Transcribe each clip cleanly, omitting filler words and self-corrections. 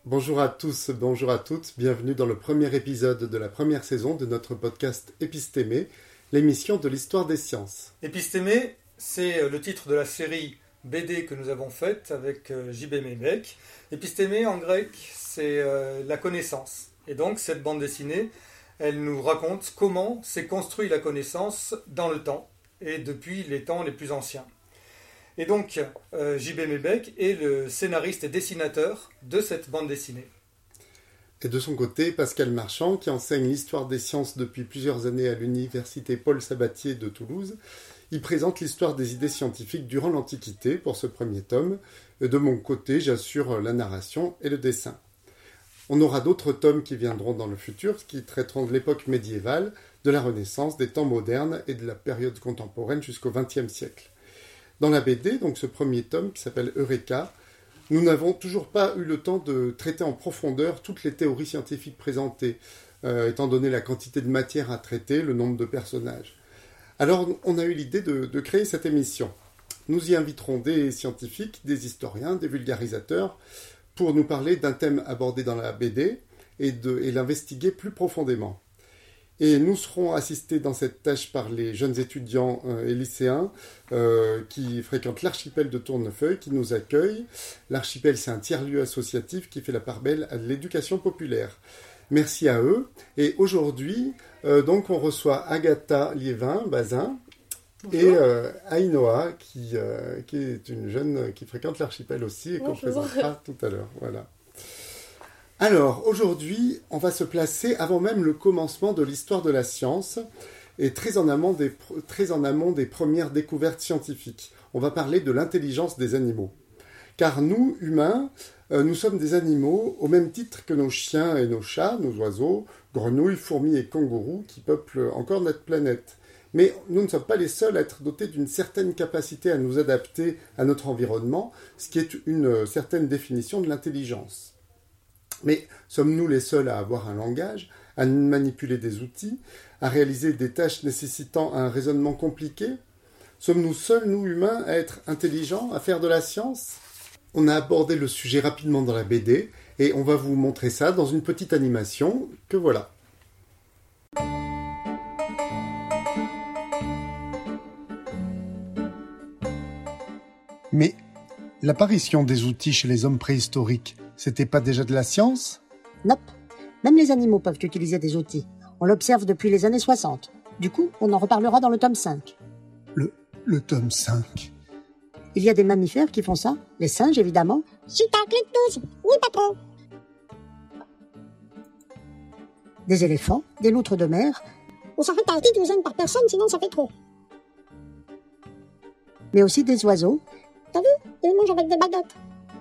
Bonjour à tous, bonjour à toutes, bienvenue dans le premier épisode de la première saison de notre podcast Épistémé, l'émission de l'histoire des sciences. Épistémé, c'est le titre de la série BD que nous avons faite avec J.B. Mebek. Épistémé en grec, c'est la connaissance. Et donc cette bande dessinée, elle nous raconte comment s'est construite la connaissance dans le temps et depuis les temps les plus anciens. Et donc, J.B. Mebek est le scénariste et dessinateur de cette bande dessinée. Et de son côté, Pascal Marchand, qui enseigne l'histoire des sciences depuis plusieurs années à l'université Paul Sabatier de Toulouse, il présente l'histoire des idées scientifiques durant l'Antiquité pour ce premier tome. Et de mon côté, j'assure la narration et le dessin. On aura d'autres tomes qui viendront dans le futur, qui traiteront de l'époque médiévale, de la Renaissance, des temps modernes et de la période contemporaine jusqu'au XXe siècle. Dans la BD, donc ce premier tome qui s'appelle Eureka, nous n'avons toujours pas eu le temps de traiter en profondeur toutes les théories scientifiques présentées, étant donné la quantité de matière à traiter, le nombre de personnages. Alors on a eu l'idée de créer cette émission. Nous y inviterons des scientifiques, des historiens, des vulgarisateurs, pour nous parler d'un thème abordé dans la BD et l'investiguer plus profondément. Et nous serons assistés dans cette tâche par les jeunes étudiants et lycéens qui fréquentent l'archipel de Tournefeuille, qui nous accueille. L'archipel, c'est un tiers-lieu associatif qui fait la part belle à l'éducation populaire. Merci à eux. Et aujourd'hui, donc, on reçoit Agatha Liévin-Bazin et Ainoa, qui est une jeune qui fréquente l'archipel aussi et qu'on présentera tout à l'heure. Voilà. Alors, aujourd'hui, on va se placer avant même le commencement de l'histoire de la science et très en amont des premières découvertes scientifiques. On va parler de l'intelligence des animaux. Car nous, humains, nous sommes des animaux au même titre que nos chiens et nos chats, nos oiseaux, grenouilles, fourmis et kangourous qui peuplent encore notre planète. Mais nous ne sommes pas les seuls à être dotés d'une certaine capacité à nous adapter à notre environnement, ce qui est une certaine définition de l'intelligence. Mais sommes-nous les seuls à avoir un langage, à manipuler des outils, à réaliser des tâches nécessitant un raisonnement compliqué ? Sommes-nous seuls, nous humains, à être intelligents, à faire de la science ? On a abordé le sujet rapidement dans la BD et on va vous montrer ça dans une petite animation que voilà. Mais l'apparition des outils chez les hommes préhistoriques, c'était pas déjà de la science ? Nope. Même les animaux peuvent utiliser des outils. On l'observe depuis les années 60. Du coup, on en reparlera dans le tome 5. Le tome 5 ? Il y a des mammifères qui font ça. Les singes, évidemment. Si t'as clé de tous. Oui, patron. Des éléphants, des loutres de mer. On s'arrête à 10 douzaines par personne, sinon ça fait trop. Mais aussi des oiseaux. T'as vu ? Ils mangent avec des baguettes.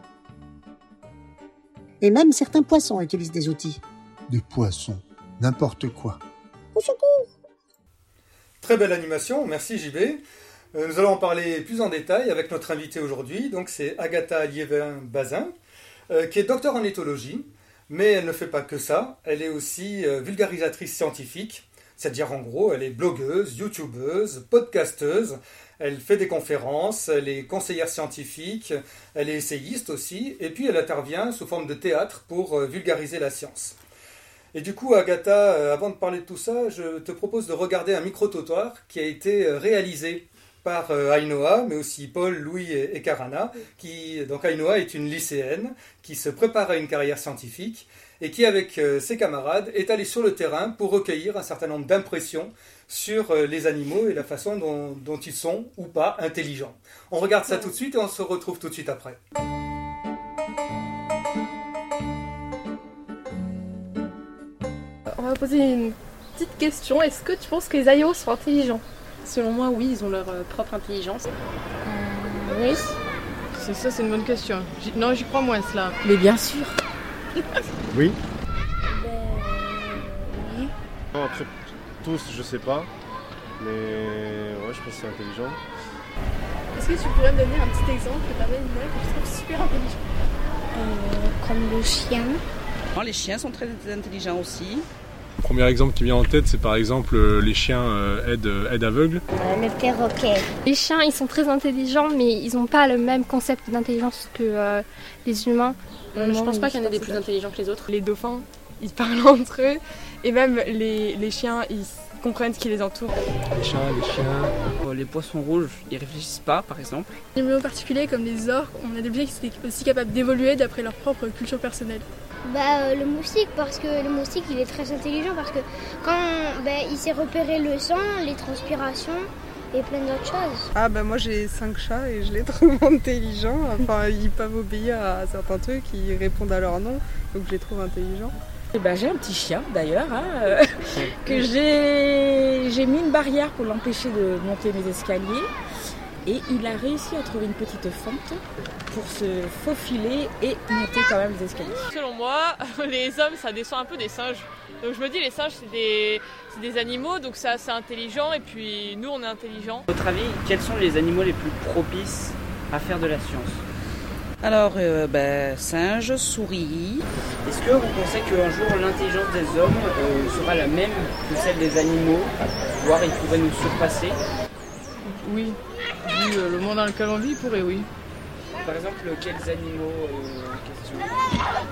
Et même certains poissons utilisent des outils. Des poissons, n'importe quoi. Au secours ! Très belle animation, merci JB. Nous allons en parler plus en détail avec notre invitée aujourd'hui. Donc c'est Agatha Liévin-Bazin, qui est docteur en éthologie, mais elle ne fait pas que ça. Elle est aussi vulgarisatrice scientifique, c'est-à-dire en gros, elle est blogueuse, youtubeuse, podcasteuse. Elle fait des conférences, elle est conseillère scientifique, elle est essayiste aussi, et puis elle intervient sous forme de théâtre pour vulgariser la science. Et du coup, Agatha, avant de parler de tout ça, je te propose de regarder un micro-trottoir qui a été réalisé par Ainoa, mais aussi Paul, Louis et Karana. Donc Ainoa est une lycéenne qui se prépare à une carrière scientifique et qui, avec ses camarades, est allée sur le terrain pour recueillir un certain nombre d'impressions sur les animaux et la façon dont ils sont ou pas intelligents. On regarde ça tout de suite et on se retrouve tout de suite après. On va poser une petite question. Est-ce que tu penses que les animaux sont intelligents ? Selon moi, oui, ils ont leur propre intelligence. Oui. C'est une bonne question. Non, j'y crois moins, cela. Mais bien sûr. Oui. Oui. Non, après, tous, je sais pas. Mais ouais, je pense que c'est intelligent. Est-ce que tu pourrais me donner un petit exemple d'un animal que tu trouves super intelligent ? Comme le chien. Non, les chiens sont très intelligents aussi. Le premier exemple qui vient en tête, c'est par exemple les chiens aide aveugles. Le perroquet. Les chiens, ils sont très intelligents, mais ils n'ont pas le même concept d'intelligence que les humains. Je pense pas qu'il y en ait des plus intelligents que les autres. Les dauphins, ils parlent entre eux. Et même les chiens, ils comprennent ce qui les entoure. Les chats, les chiens. Les poissons rouges, ils réfléchissent pas, par exemple. Les animaux particuliers comme les orques, on a des objets qui sont aussi capables d'évoluer d'après leur propre culture personnelle. Le moustique, parce que le moustique il est très intelligent, parce que quand il sait repérer le sang, les transpirations et plein d'autres choses. Moi j'ai 5 chats et je les trouve intelligents. Enfin, ils peuvent obéir à certains trucs, ils répondent à leur nom, donc je les trouve intelligents. J'ai un petit chien d'ailleurs, que j'ai mis une barrière pour l'empêcher de monter mes escaliers. Et il a réussi à trouver une petite fente pour se faufiler et monter quand même les escaliers. Selon moi, les hommes, ça descend un peu des singes. Donc je me dis, les singes, c'est des animaux, donc c'est assez intelligent, et puis nous, on est intelligents. À votre avis, quels sont les animaux les plus propices à faire de la science ? Alors, singes, souris. Est-ce que vous pensez qu'un jour l'intelligence des hommes sera la même que celle des animaux, voire ils pourraient nous surpasser ? Oui, vu le monde dans lequel on vit, il pourrait, oui. Par exemple, quels animaux en question ?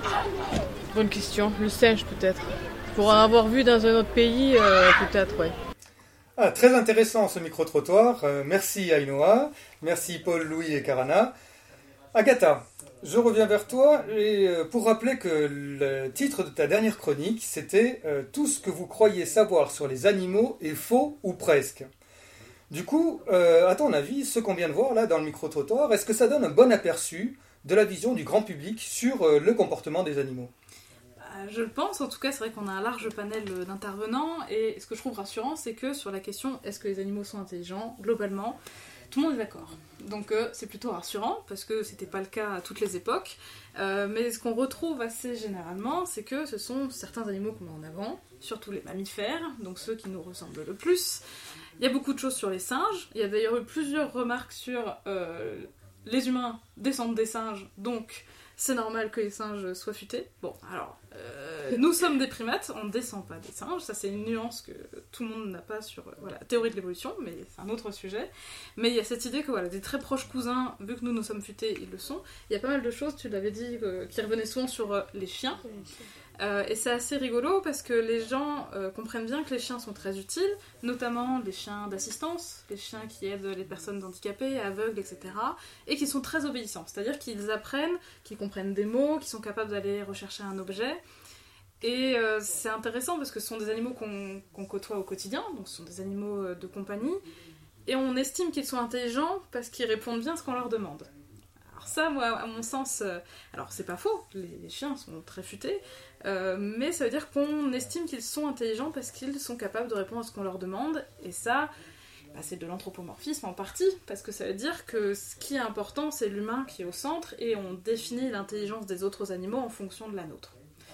Bonne question, le singe peut-être. Pour en avoir vu dans un autre pays, peut-être, ouais. Très intéressant ce micro-trottoir. Merci Ainoa, merci Paul, Louis et Karana. Agatha, je reviens vers toi pour rappeler que le titre de ta dernière chronique, c'était « Tout ce que vous croyez savoir sur les animaux est faux ou presque ». Du coup, à ton avis, ce qu'on vient de voir là dans le micro-trottoir, est-ce que ça donne un bon aperçu de la vision du grand public sur le comportement des animaux ? Je le pense, en tout cas c'est vrai qu'on a un large panel d'intervenants et ce que je trouve rassurant c'est que sur la question est-ce que les animaux sont intelligents, globalement, tout le monde est d'accord. Donc c'est plutôt rassurant parce que c'était pas le cas à toutes les époques, mais ce qu'on retrouve assez généralement c'est que ce sont certains animaux qu'on met en avant, surtout les mammifères, donc ceux qui nous ressemblent le plus. Il y a beaucoup de choses sur les singes, il y a d'ailleurs eu plusieurs remarques sur les humains descendent des singes, donc c'est normal que les singes soient futés. Bon, alors, nous sommes des primates, on ne descend pas des singes, ça c'est une nuance que tout le monde n'a pas sur la théorie de l'évolution, mais c'est un autre sujet. Mais il y a cette idée que des très proches cousins, vu que nous sommes futés, ils le sont. Il y a pas mal de choses, tu l'avais dit, qui revenaient souvent sur les chiens. Et c'est assez rigolo parce que les gens comprennent bien que les chiens sont très utiles, notamment les chiens d'assistance, les chiens qui aident les personnes handicapées, aveugles, etc. Et qui sont très obéissants, c'est-à-dire qu'ils apprennent, qu'ils comprennent des mots, qu'ils sont capables d'aller rechercher un objet. Et c'est intéressant parce que ce sont des animaux qu'on côtoie au quotidien, donc ce sont des animaux de compagnie, et on estime qu'ils sont intelligents parce qu'ils répondent bien à ce qu'on leur demande. Alors ça, moi, à mon sens, alors c'est pas faux, les chiens sont très futés, mais ça veut dire qu'on estime qu'ils sont intelligents parce qu'ils sont capables de répondre à ce qu'on leur demande, et ça, c'est de l'anthropomorphisme en partie, parce que ça veut dire que ce qui est important, c'est l'humain qui est au centre, et on définit l'intelligence des autres animaux en fonction de la nôtre.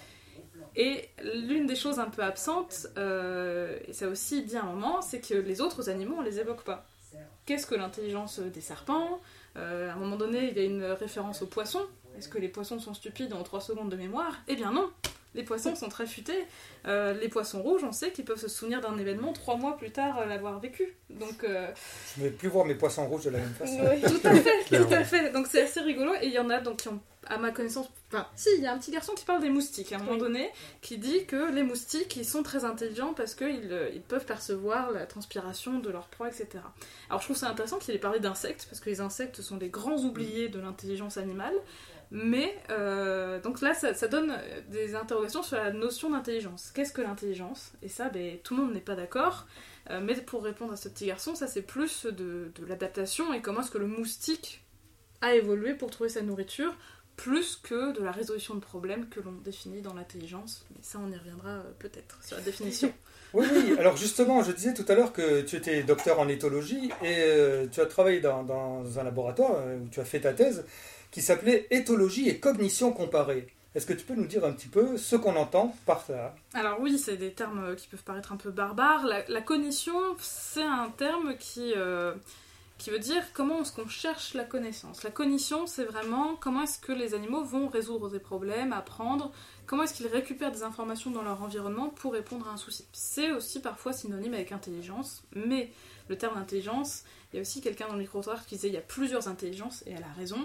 Et l'une des choses un peu absentes, et ça a aussi dit à un moment, c'est que les autres animaux, on les évoque pas. Qu'est-ce que l'intelligence des serpents ? À un moment donné, il y a une référence aux poissons. Est-ce que les poissons sont stupides en 3 secondes de mémoire ? Eh bien non, les poissons sont très futés. Les poissons rouges, on sait qu'ils peuvent se souvenir d'un événement 3 mois plus tard l'avoir vécu. Donc, je ne vais plus voir mes poissons rouges de la même façon. Oui, tout à fait, tout à fait. Donc c'est assez rigolo. Et il y en a donc qui ont, à ma connaissance... Enfin, si, il y a un petit garçon qui parle des moustiques à un moment donné, qui dit que les moustiques, ils sont très intelligents parce qu'ils peuvent percevoir la transpiration de leur proie, etc. Alors je trouve ça intéressant qu'il ait parlé d'insectes, parce que les insectes sont des grands oubliés de l'intelligence animale. Mais, donc là, ça donne des interrogations sur la notion d'intelligence. Qu'est-ce que l'intelligence ? Et ça, tout le monde n'est pas d'accord. Mais pour répondre à ce petit garçon, ça c'est plus de l'adaptation et comment est-ce que le moustique a évolué pour trouver sa nourriture, plus que de la résolution de problèmes que l'on définit dans l'intelligence. Mais ça, on y reviendra peut-être sur la définition. Oui, alors justement, je disais tout à l'heure que tu étais docteur en éthologie et tu as travaillé dans un laboratoire où tu as fait ta thèse qui s'appelait « Éthologie et cognition comparée ». Est-ce que tu peux nous dire un petit peu ce qu'on entend par ça ? Alors oui, c'est des termes qui peuvent paraître un peu barbares. La cognition, c'est un terme qui veut dire comment est-ce qu'on cherche la connaissance. La cognition, c'est vraiment comment est-ce que les animaux vont résoudre des problèmes, apprendre, comment est-ce qu'ils récupèrent des informations dans leur environnement pour répondre à un souci. C'est aussi parfois synonyme avec intelligence, mais le terme intelligence, il y a aussi quelqu'un dans le micro-trottoir qui disait il y a plusieurs intelligences, et elle a raison.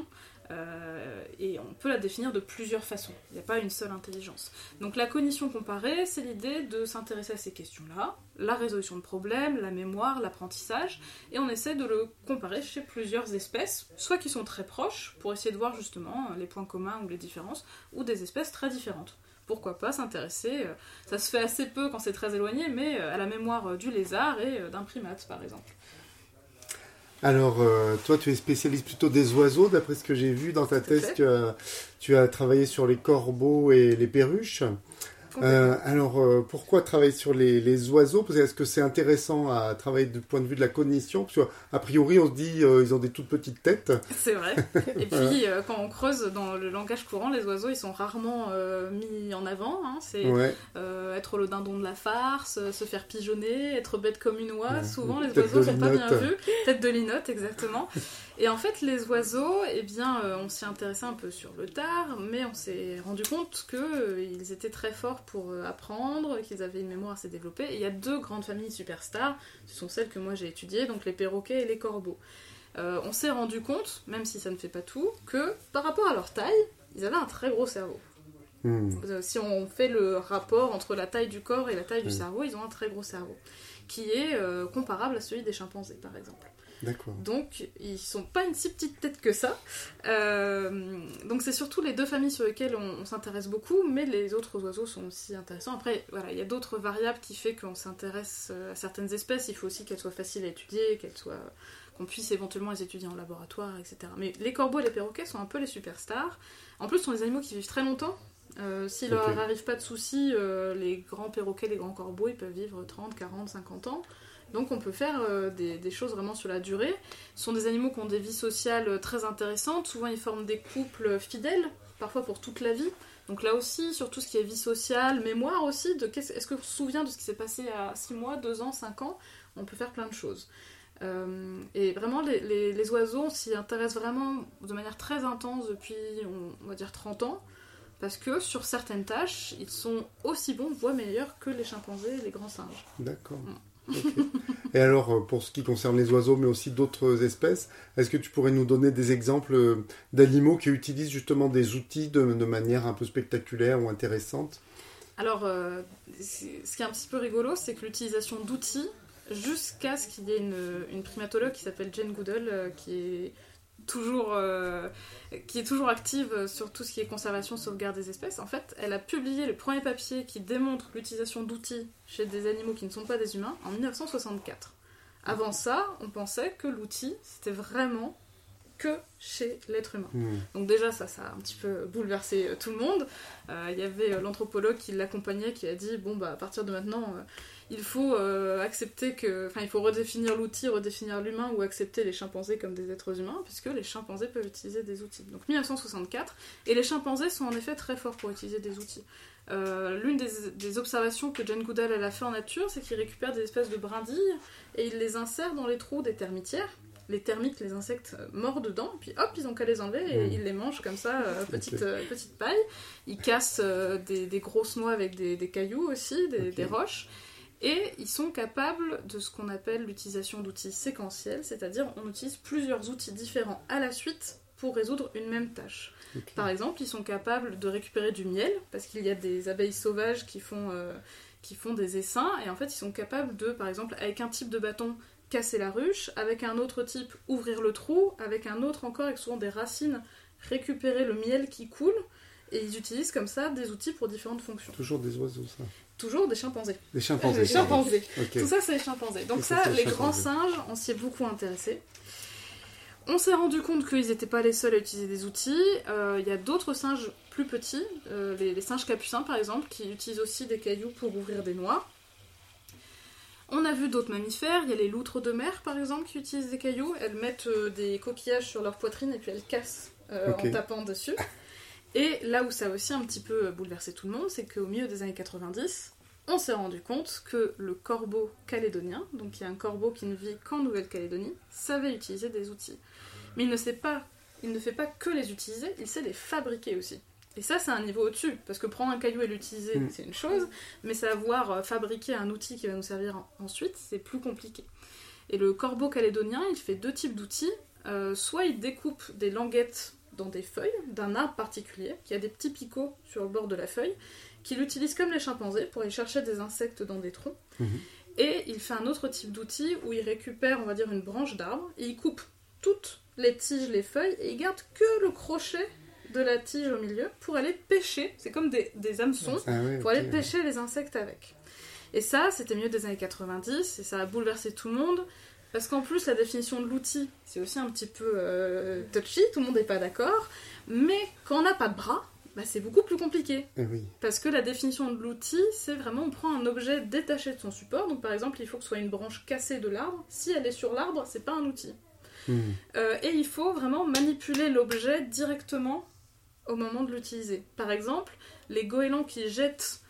Et on peut la définir de plusieurs façons. Il n'y a pas une seule intelligence. Donc la cognition comparée, c'est l'idée de s'intéresser à ces questions-là, la résolution de problèmes, la mémoire, l'apprentissage, et on essaie de le comparer chez plusieurs espèces, soit qui sont très proches, pour essayer de voir justement les points communs ou les différences, ou des espèces très différentes. Pourquoi pas s'intéresser, ça se fait assez peu quand c'est très éloigné, mais à la mémoire du lézard et d'un primate par exemple. Alors, toi, tu es spécialiste plutôt des oiseaux, d'après ce que j'ai vu dans ta thèse, tu as travaillé sur les corbeaux et les perruches. Pourquoi travailler sur les oiseaux? Est-ce que c'est intéressant à travailler du point de vue de la cognition? Parce qu'a priori, on se dit ils ont des toutes petites têtes. C'est vrai. Et puis, quand on creuse dans le langage courant, les oiseaux, ils sont rarement mis en avant. Hein. C'est être le dindon de la farce, se faire pigeonner, être bête comme une oie. Souvent, les oiseaux sont pas bien vus. Tête de linotte, exactement. Et en fait, les oiseaux, on s'y intéressait un peu sur le tard, mais on s'est rendu compte qu'ils étaient très forts pour apprendre, qu'ils avaient une mémoire assez développée. Et il y a 2 grandes familles superstars, ce sont celles que moi j'ai étudiées, donc les perroquets et les corbeaux. On s'est rendu compte, même si ça ne fait pas tout, que par rapport à leur taille, ils avaient un très gros cerveau. Si on fait le rapport entre la taille du corps et la taille du cerveau, ils ont un très gros cerveau, qui est comparable à celui des chimpanzés, par exemple. D'accord. Donc, ils sont pas une si petite tête que ça. Donc, c'est surtout les 2 familles sur lesquelles on s'intéresse beaucoup, mais les autres oiseaux sont aussi intéressants. Après, voilà, il y a d'autres variables qui font qu'on s'intéresse à certaines espèces. Il faut aussi qu'elles soient faciles à étudier, qu'on puisse éventuellement les étudier en laboratoire, etc. Mais les corbeaux et les perroquets sont un peu les superstars. En plus, ce sont des animaux qui vivent très longtemps. S'il leur arrive pas de soucis, les grands perroquets, les grands corbeaux, ils peuvent vivre 30, 40, 50 ans. Donc on peut faire des choses vraiment sur la durée. Ce sont des animaux qui ont des vies sociales très intéressantes. Souvent ils forment des couples fidèles, parfois pour toute la vie. Donc là aussi, sur tout ce qui est vie sociale, mémoire aussi, est-ce que vous vous souvenez de ce qui s'est passé à 6 mois, 2 ans, 5 ans? On peut faire plein de choses. Et vraiment, les oiseaux, on s'y intéresse vraiment de manière très intense depuis, on va dire, 30 ans. Parce que sur certaines tâches, ils sont aussi bons, voire meilleurs que les chimpanzés et les grands singes. D'accord. Okay. Et alors, pour ce qui concerne les oiseaux, mais aussi d'autres espèces, est-ce que tu pourrais nous donner des exemples d'animaux qui utilisent justement des outils de manière un peu spectaculaire ou intéressante? Alors, ce qui est un petit peu rigolo, c'est que l'utilisation d'outils, jusqu'à ce qu'il y ait une primatologue qui s'appelle Jane Goodall, qui est toujours active sur tout ce qui est conservation, sauvegarde des espèces. En fait, elle a publié le premier papier qui démontre l'utilisation d'outils chez des animaux qui ne sont pas des humains en 1964. Avant ça, on pensait que l'outil, c'était vraiment que chez l'être humain. Donc déjà, ça a un petit peu bouleversé tout le monde. Il y avait l'anthropologue qui l'accompagnait, qui a dit, à partir de maintenant, il faut accepter il faut redéfinir l'outil, redéfinir l'humain, ou accepter les chimpanzés comme des êtres humains, puisque les chimpanzés peuvent utiliser des outils. Donc 1964, et les chimpanzés sont en effet très forts pour utiliser des outils. L'une des observations que Jane Goodall a fait en nature, c'est qu'ils récupèrent des espèces de brindilles, et ils les insèrent dans les trous des termitières. Les termites, les insectes mordent dedans, puis hop, ils ont qu'à les enlever et ils les mangent comme ça, petite paille. Ils cassent des grosses noix avec des cailloux aussi, des roches. Et ils sont capables de ce qu'on appelle l'utilisation d'outils séquentiels, c'est-à-dire on utilise plusieurs outils différents à la suite pour résoudre une même tâche. Par exemple, ils sont capables de récupérer du miel, parce qu'il y a des abeilles sauvages qui font des essaims, et en fait, ils sont capables de, par exemple, avec un type de bâton, casser la ruche, avec un autre type, ouvrir le trou, avec un autre encore, avec souvent des racines, récupérer le miel qui coule, et ils utilisent comme ça des outils pour différentes fonctions. Toujours des oiseaux, ça? Toujours des chimpanzés. Des chimpanzés. Des chimpanzés. Okay. Tout ça, c'est les chimpanzés. Donc ça, les grands singes, on s'y est beaucoup intéressé. On s'est rendu compte qu'ils n'étaient pas les seuls à utiliser des outils. Il y a d'autres singes plus petits, les singes capucins par exemple, qui utilisent aussi des cailloux pour ouvrir des noix. On a vu d'autres mammifères, il y a les loutres de mer par exemple qui utilisent des cailloux, elles mettent des coquillages sur leur poitrine et puis elles cassent en tapant dessus. Et là où ça a aussi un petit peu bouleversé tout le monde, c'est qu'au milieu des années 90, on s'est rendu compte que le corbeau calédonien, donc il y a un corbeau qui ne vit qu'en Nouvelle-Calédonie, savait utiliser des outils. Mais il ne fait pas que les utiliser, il sait les fabriquer aussi. Et ça, c'est un niveau au-dessus, parce que prendre un caillou et l'utiliser, c'est une chose, mais savoir fabriquer un outil qui va nous servir ensuite, c'est plus compliqué. Et le corbeau calédonien, il fait deux types d'outils. Soit il découpe des languettes dans des feuilles d'un arbre particulier, qui a des petits picots sur le bord de la feuille, qu'il utilise comme les chimpanzés pour aller chercher des insectes dans des troncs. Et il fait un autre type d'outil où il récupère, on va dire, une branche d'arbre, et il coupe toutes les tiges, les feuilles, et il garde que le crochet de la tige au milieu pour aller pêcher, c'est comme des hameçons, pour aller pêcher les insectes avec. Et ça, c'était mieux des années 90, et ça a bouleversé tout le monde, parce qu'en plus, la définition de l'outil, c'est aussi un petit peu touchy, tout le monde n'est pas d'accord, mais quand on n'a pas de bras, c'est beaucoup plus compliqué. Parce que la définition de l'outil, c'est vraiment, on prend un objet détaché de son support, donc par exemple, il faut que ce soit une branche cassée de l'arbre, si elle est sur l'arbre, c'est pas un outil. Et il faut vraiment manipuler l'objet directement au moment de l'utiliser. Par exemple, les goélands qui jettent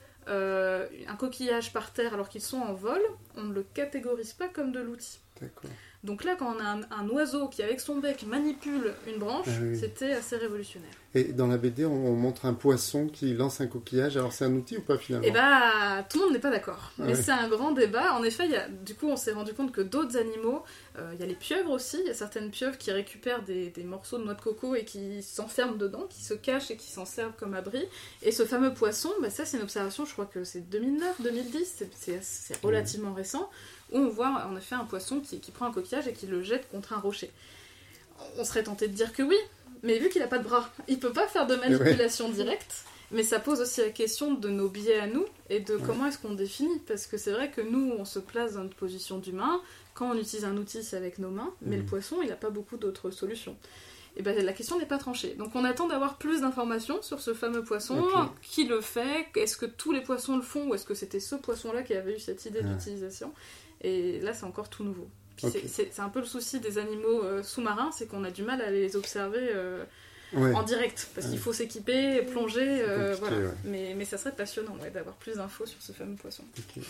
un coquillage par terre alors qu'ils sont en vol, on ne le catégorise pas comme de l'outil. Donc là, quand on a un oiseau qui, avec son bec, manipule une branche, c'était assez révolutionnaire. Et dans la BD, on montre un poisson qui lance un coquillage. Alors, c'est un outil ou pas, finalement ? Eh tout le monde n'est pas d'accord. Mais c'est un grand débat. En effet, du coup, on s'est rendu compte que d'autres animaux, il y a les pieuvres aussi, il y a certaines pieuvres qui récupèrent des morceaux de noix de coco et qui s'enferment dedans, qui se cachent et qui s'en servent comme abri. Et ce fameux poisson, ça, c'est une observation, je crois que c'est 2009, 2010, c'est relativement récent, où on voit en effet un poisson qui prend un coquillage et qui le jette contre un rocher. On serait tenté de dire que oui, mais vu qu'il n'a pas de bras, il peut pas faire de manipulation directe, mais ça pose aussi la question de nos biais à nous et de comment est-ce qu'on définit, parce que c'est vrai que nous, on se place dans une position d'humain, quand on utilise un outil, c'est avec nos mains, mais le poisson, il n'a pas beaucoup d'autres solutions. Et la question n'est pas tranchée. Donc on attend d'avoir plus d'informations sur ce fameux poisson, qui le fait, est-ce que tous les poissons le font, ou est-ce que c'était ce poisson-là qui avait eu cette idée d'utilisation. Et là, c'est encore tout nouveau. Puis c'est un peu le souci des animaux sous-marins, c'est qu'on a du mal à les observer en direct, parce qu'il faut s'équiper, plonger, mais ça serait passionnant d'avoir plus d'infos sur ce fameux poisson.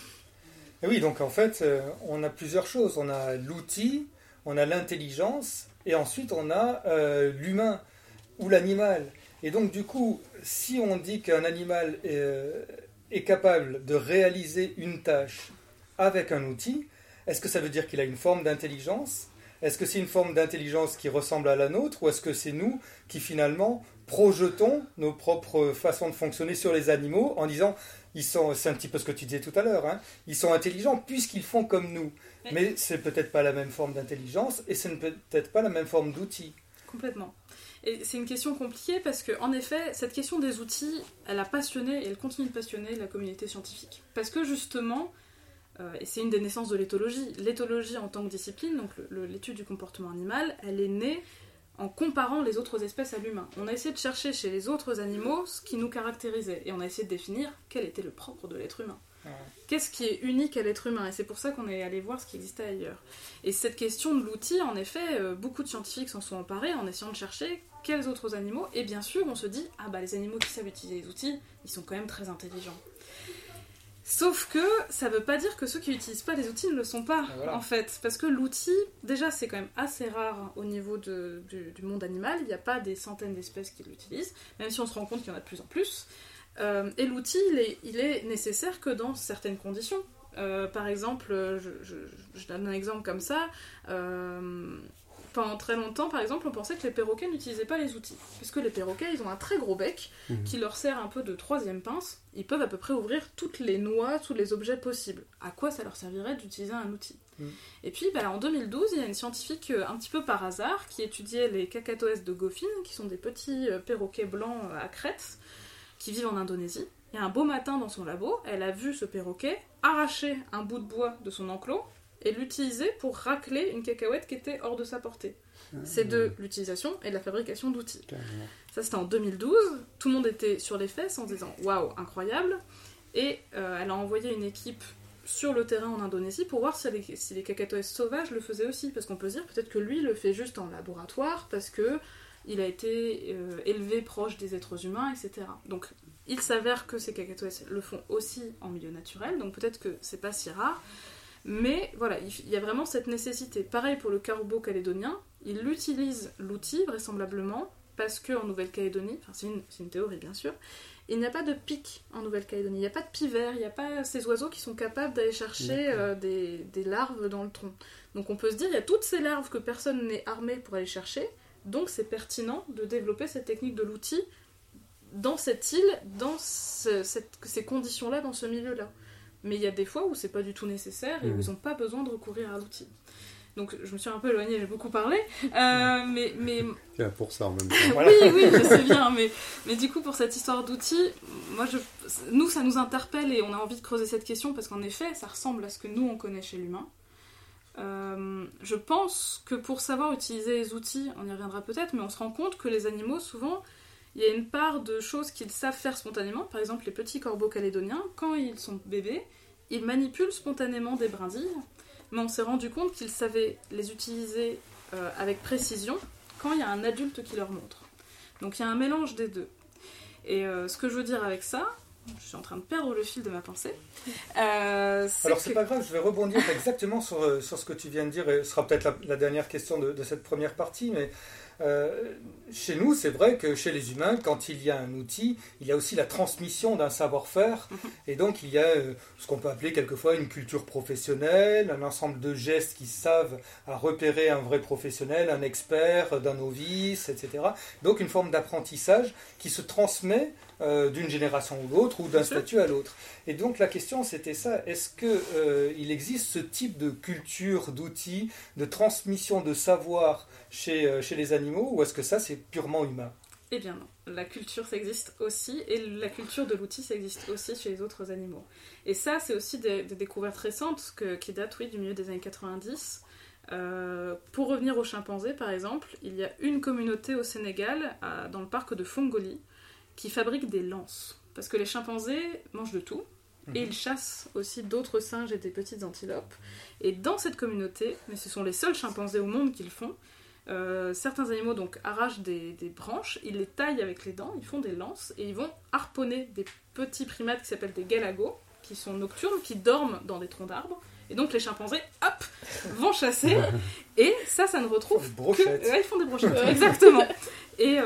Et oui, donc en fait, on a plusieurs choses. On a l'outil, on a l'intelligence, et ensuite on a l'humain ou l'animal. Et donc du coup, si on dit qu'un animal est capable de réaliser une tâche avec un outil, est-ce que ça veut dire qu'il a une forme d'intelligence ? Est-ce que c'est une forme d'intelligence qui ressemble à la nôtre, ou est-ce que c'est nous qui finalement projetons nos propres façons de fonctionner sur les animaux en disant c'est un petit peu ce que tu disais tout à l'heure, ils sont intelligents puisqu'ils font comme nous, mais c'est peut-être pas la même forme d'intelligence et c'est peut-être pas la même forme d'outil. Complètement. Et c'est une question compliquée parce que, en effet, cette question des outils, elle a passionné et elle continue de passionner la communauté scientifique. Parce que justement, et c'est une des naissances de l'éthologie. L'éthologie en tant que discipline, donc l'étude du comportement animal, elle est née en comparant les autres espèces à l'humain. On a essayé de chercher chez les autres animaux ce qui nous caractérisait, et on a essayé de définir quel était le propre de l'être humain. Qu'est-ce qui est unique à l'être humain ? Et c'est pour ça qu'on est allé voir ce qui existait ailleurs. Et cette question de l'outil, en effet, beaucoup de scientifiques s'en sont emparés en essayant de chercher quels autres animaux, et bien sûr, on se dit, les animaux qui savent utiliser les outils, ils sont quand même très intelligents. Sauf que ça veut pas dire que ceux qui n'utilisent pas les outils ne le sont pas, en fait. Parce que l'outil, déjà, c'est quand même assez rare au niveau du monde animal. Il n'y a pas des centaines d'espèces qui l'utilisent, même si on se rend compte qu'il y en a de plus en plus. Et l'outil, il est nécessaire que dans certaines conditions. Par exemple, je donne un exemple comme ça. Pendant très longtemps, par exemple, on pensait que les perroquets n'utilisaient pas les outils. Parce que les perroquets, ils ont un très gros bec qui leur sert un peu de troisième pince. Ils peuvent à peu près ouvrir toutes les noix, tous les objets possibles. À quoi ça leur servirait d'utiliser un outil ? Et puis, en 2012, il y a une scientifique, un petit peu par hasard, qui étudiait les Cacatoès de Goffin, qui sont des petits perroquets blancs à crête, qui vivent en Indonésie. Et un beau matin, dans son labo, elle a vu ce perroquet arracher un bout de bois de son enclos et l'utiliser pour racler une cacahuète qui était hors de sa portée. C'est de l'utilisation et de la fabrication d'outils. Ça, c'était en 2012. Tout le monde était sur les fesses en disant « Waouh, incroyable !» Et elle a envoyé une équipe sur le terrain en Indonésie pour voir si les cacatoès sauvages le faisaient aussi. Parce qu'on peut se dire peut-être que lui le fait juste en laboratoire parce qu'il a été élevé proche des êtres humains, etc. Donc, il s'avère que ces cacatoès le font aussi en milieu naturel. Donc, peut-être que c'est pas si rare. Mais voilà, il y a vraiment cette nécessité. Pareil pour le carbo calédonien, il utilise l'outil vraisemblablement parce qu'en Nouvelle-Calédonie, c'est une théorie bien sûr, il n'y a pas de pic en Nouvelle-Calédonie, il n'y a pas de pivert, il n'y a pas ces oiseaux qui sont capables d'aller chercher des larves dans le tronc. Donc on peut se dire, il y a toutes ces larves que personne n'est armé pour aller chercher, Donc c'est pertinent de développer cette technique de l'outil dans cette île, dans ces conditions-là, dans ce milieu-là. Mais il y a des fois où c'est pas du tout nécessaire et où ils n'ont pas besoin de recourir à l'outil. Donc je me suis un peu éloignée, j'ai beaucoup parlé, mais... C'est là pour ça en même temps. Oui, je sais bien, mais du coup pour cette histoire d'outils, nous ça nous interpelle et on a envie de creuser cette question parce qu'en effet ça ressemble à ce que nous on connaît chez l'humain. Je pense que pour savoir utiliser les outils, on y reviendra peut-être, mais on se rend compte que les animaux souvent, il y a une part de choses qu'ils savent faire spontanément. Par exemple les petits corbeaux calédoniens, quand ils sont bébés, ils manipulent spontanément des brindilles. Mais on s'est rendu compte qu'ils savaient les utiliser avec précision quand il y a un adulte qui leur montre. Donc il y a un mélange des deux. Et ce que je veux dire avec ça, je suis en train de perdre le fil de ma pensée. C'est pas grave, je vais rebondir exactement sur ce que tu viens de dire, et ce sera peut-être la dernière question de cette première partie, mais chez nous, c'est vrai que chez les humains, quand il y a un outil, il y a aussi la transmission d'un savoir-faire, et donc il y a ce qu'on peut appeler quelquefois une culture professionnelle, un ensemble de gestes qui savent à repérer un vrai professionnel, un expert, d'un novice, etc. Donc une forme d'apprentissage qui se transmet d'une génération à l'autre ou d'un statut à l'autre. Et donc la question c'était ça, est-ce qu'il existe ce type de culture, d'outils, de transmission de savoir chez les animaux, ou est-ce que ça c'est purement humain ? Eh bien non, la culture ça existe aussi, et la culture de l'outil ça existe aussi chez les autres animaux. Et ça c'est aussi des découvertes récentes qui datent du milieu des années 90. Pour revenir aux chimpanzés par exemple, il y a une communauté au Sénégal, dans le parc de Fongoli, qui fabrique des lances. Parce que les chimpanzés mangent de tout, et ils chassent aussi d'autres singes et des petites antilopes. Et dans cette communauté, mais ce sont les seuls chimpanzés au monde qui le font, certains animaux donc arrachent des branches, ils les taillent avec les dents, ils font des lances, et ils vont harponner des petits primates qui s'appellent des galagos, qui sont nocturnes, qui dorment dans des troncs d'arbres. Et donc les chimpanzés, hop, vont chasser, et ça ne retrouve que... Ouais, ils font des brochettes, exactement. Et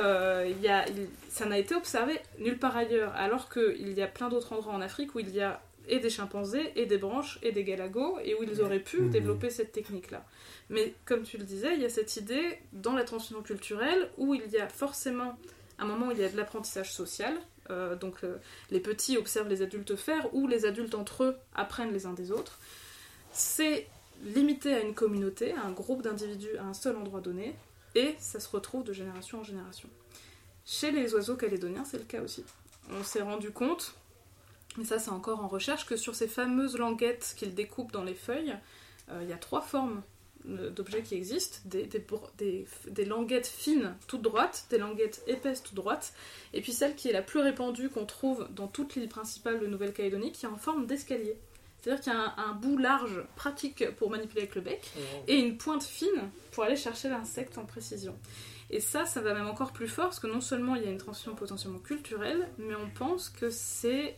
ça n'a été observé nulle part ailleurs, alors qu'il y a plein d'autres endroits en Afrique où il y a et des chimpanzés, et des branches, et des galagos, et où ils auraient pu développer cette technique-là. Mais comme tu le disais, il y a cette idée dans la transmission culturelle où il y a forcément un moment où il y a de l'apprentissage social, donc les petits observent les adultes faire, ou les adultes entre eux apprennent les uns des autres. C'est limité à une communauté, à un groupe d'individus, à un seul endroit donné, et ça se retrouve de génération en génération. Chez les oiseaux calédoniens, c'est le cas aussi. On s'est rendu compte, mais ça c'est encore en recherche, que sur ces fameuses languettes qu'ils découpent dans les feuilles, il y a 3 formes d'objets qui existent, des languettes fines toutes droites, des languettes épaisses toutes droites, et puis celle qui est la plus répandue qu'on trouve dans toute l'île principale de Nouvelle-Calédonie, qui est en forme d'escalier. C'est-à-dire qu'il y a un bout large, pratique pour manipuler avec le bec, et une pointe fine pour aller chercher l'insecte en précision. Et ça va même encore plus fort, parce que non seulement il y a une transmission potentiellement culturelle, mais on pense que c'est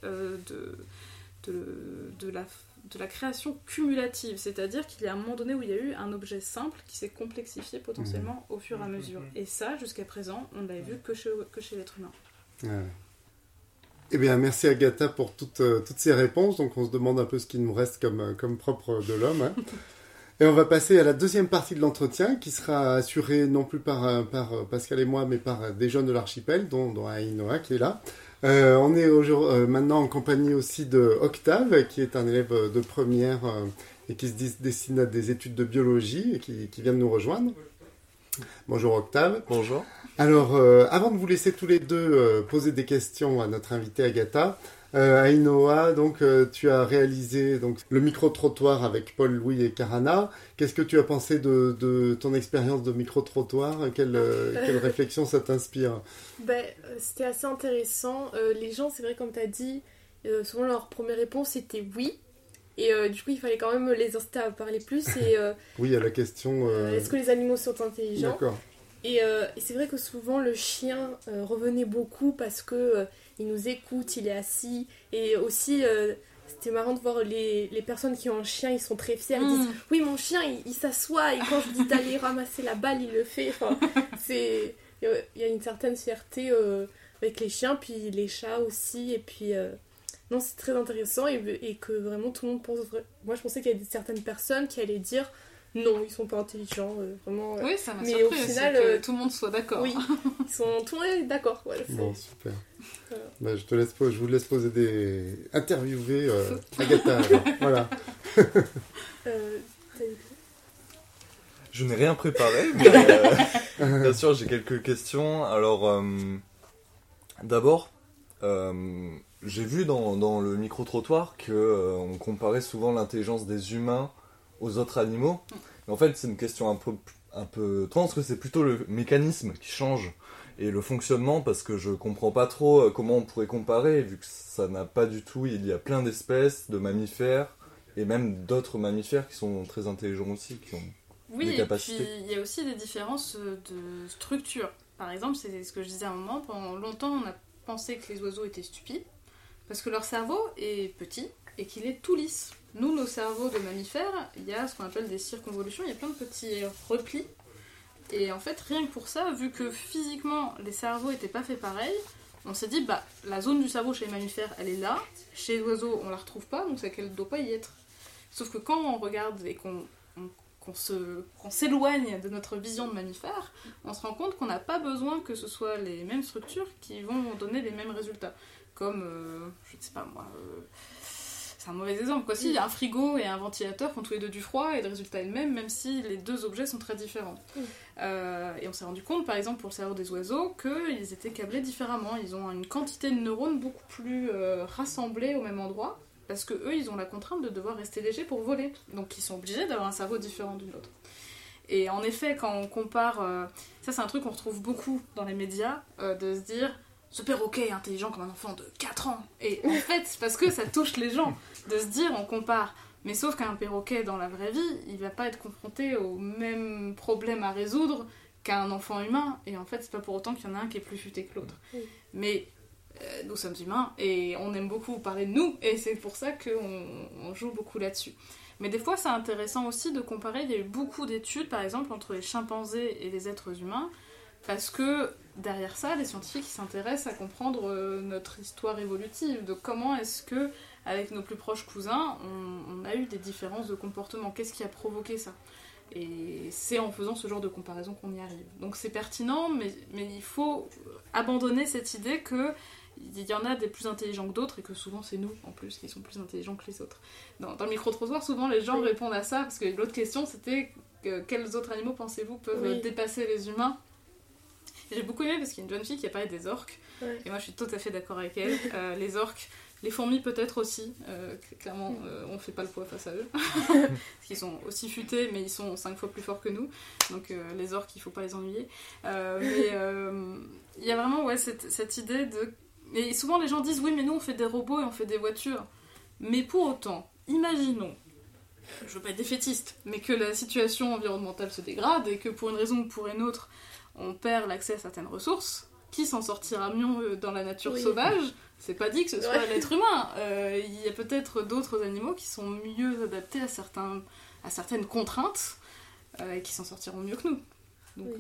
de la création cumulative, c'est-à-dire qu'il y a un moment donné où il y a eu un objet simple qui s'est complexifié potentiellement au fur et à mesure. Et ça, jusqu'à présent, on ne l'avait vu que chez l'être humain. Ouais. Eh bien, merci Agatha pour toutes ces réponses. Donc, on se demande un peu ce qui nous reste comme propre de l'homme. Hein. Et on va passer à la deuxième partie de l'entretien, qui sera assurée non plus par Pascal et moi, mais par des jeunes de l'archipel, dont Ainoa qui est là. On est maintenant en compagnie aussi de Octave, qui est un élève de première et qui se destine à des études de biologie et qui vient de nous rejoindre. Bonjour Octave. Bonjour. Alors, avant de vous laisser tous les deux poser des questions à notre invitée Agatha, Ainoa, donc tu as réalisé donc le micro-trottoir avec Paul, Louis et Karana. Qu'est-ce que tu as pensé de ton expérience de micro-trottoir ? Quelle réflexion ça t'inspire ? C'était assez intéressant. Les gens, c'est vrai, comme tu as dit, souvent leur première réponse c'était oui. Et du coup, il fallait quand même les inciter à parler plus. Et, oui, à la question... est-ce que les animaux sont intelligents ? D'accord. Et c'est vrai que souvent, le chien revenait beaucoup parce que il nous écoute, il est assis. Et aussi, c'était marrant de voir les personnes qui ont un chien, ils sont très fiers. Ils disent « Oui, mon chien, il s'assoit. Et quand je dis d'aller ramasser la balle, il le fait. » Enfin, il y a une certaine fierté avec les chiens, puis les chats aussi. Et puis... Non, c'est très intéressant et que vraiment tout le monde pense... Moi, je pensais qu'il y avait certaines personnes qui allaient dire non, ils sont pas intelligents, vraiment. Oui, ça m'a mais surpris au final, que tout le monde soit d'accord. Oui, tout le monde est d'accord. Voilà, bon, super. Bah, je vous laisse interviewer Agatha. Voilà. Je n'ai rien préparé, mais bien sûr j'ai quelques questions. Alors, d'abord, j'ai vu dans le micro-trottoir qu'on comparait souvent l'intelligence des humains aux autres animaux. Mais en fait, c'est une question un peu trans, parce que c'est plutôt le mécanisme qui change et le fonctionnement, parce que je comprends pas trop comment on pourrait comparer, vu que ça n'a pas du tout. Il y a plein d'espèces de mammifères et même d'autres mammifères qui sont très intelligents aussi, qui ont des capacités. Oui, et puis il y a aussi des différences de structure. Par exemple, c'est ce que je disais à un moment, pendant longtemps on a pensé que les oiseaux étaient stupides, parce que leur cerveau est petit et qu'il est tout lisse. Nous, nos cerveaux de mammifères, il y a ce qu'on appelle des circonvolutions, il y a plein de petits replis. Et en fait, rien que pour ça, vu que physiquement les cerveaux n'étaient pas faits pareil, on s'est dit, la zone du cerveau chez les mammifères, elle est là, chez les oiseaux, on la retrouve pas, donc c'est qu'elle ne doit pas y être. Sauf que quand on regarde et qu'on s'éloigne de notre vision de mammifère, on se rend compte qu'on n'a pas besoin que ce soit les mêmes structures qui vont donner les mêmes résultats. Comme, je ne sais pas moi, c'est un mauvais exemple, quoi. Si un frigo et un ventilateur font tous les deux du froid et le résultat est le même, même si les deux objets sont très différents. Et on s'est rendu compte, par exemple, pour le cerveau des oiseaux, qu'ils étaient câblés différemment. Ils ont une quantité de neurones beaucoup plus rassemblés au même endroit, parce que eux, ils ont la contrainte de devoir rester légers pour voler. Donc ils sont obligés d'avoir un cerveau différent d'une autre. Et en effet, quand on compare... ça, c'est un truc qu'on retrouve beaucoup dans les médias, de se dire... Ce perroquet est intelligent comme un enfant de 4 ans. Et en fait, c'est parce que ça touche les gens de se dire, on compare. Mais sauf qu'un perroquet, dans la vraie vie, il va pas être confronté aux mêmes problèmes à résoudre qu'un enfant humain. Et en fait, c'est pas pour autant qu'il y en a un qui est plus futé que l'autre. Mais nous sommes humains et on aime beaucoup parler de nous. Et c'est pour ça qu'on joue beaucoup là-dessus. Mais des fois, c'est intéressant aussi de comparer. Il y a eu beaucoup d'études, par exemple, entre les chimpanzés et les êtres humains. Parce que derrière ça, les scientifiques s'intéressent à comprendre notre histoire évolutive, de comment est-ce que, avec nos plus proches cousins, on a eu des différences de comportement. Qu'est-ce qui a provoqué ça ? Et c'est en faisant ce genre de comparaison qu'on y arrive. Donc c'est pertinent, mais il faut abandonner cette idée qu'il y en a des plus intelligents que d'autres, et que souvent c'est nous, en plus, qui sont plus intelligents que les autres. Dans le micro-trottoir, souvent les gens répondent à ça, parce que l'autre question c'était quels autres animaux pensez-vous peuvent dépasser les humains ? J'ai beaucoup aimé parce qu'il y a une jeune fille qui a parlé des orques, et moi je suis tout à fait d'accord avec elle. Les orques, les fourmis peut-être aussi, clairement on fait pas le poids face à eux, parce qu'ils sont aussi futés mais ils sont 5 fois plus forts que nous, donc les orques il faut pas les ennuyer. Mais il y a vraiment cette idée de... Et souvent les gens disent oui mais nous on fait des robots et on fait des voitures, mais pour autant, imaginons, je veux pas être défaitiste, mais que la situation environnementale se dégrade et que pour une raison ou pour une autre on perd l'accès à certaines ressources, qui s'en sortira mieux dans la nature sauvage ? C'est pas dit que ce soit l'être humain. Il y a peut-être d'autres animaux qui sont mieux adaptés à certaines contraintes et qui s'en sortiront mieux que nous. Donc,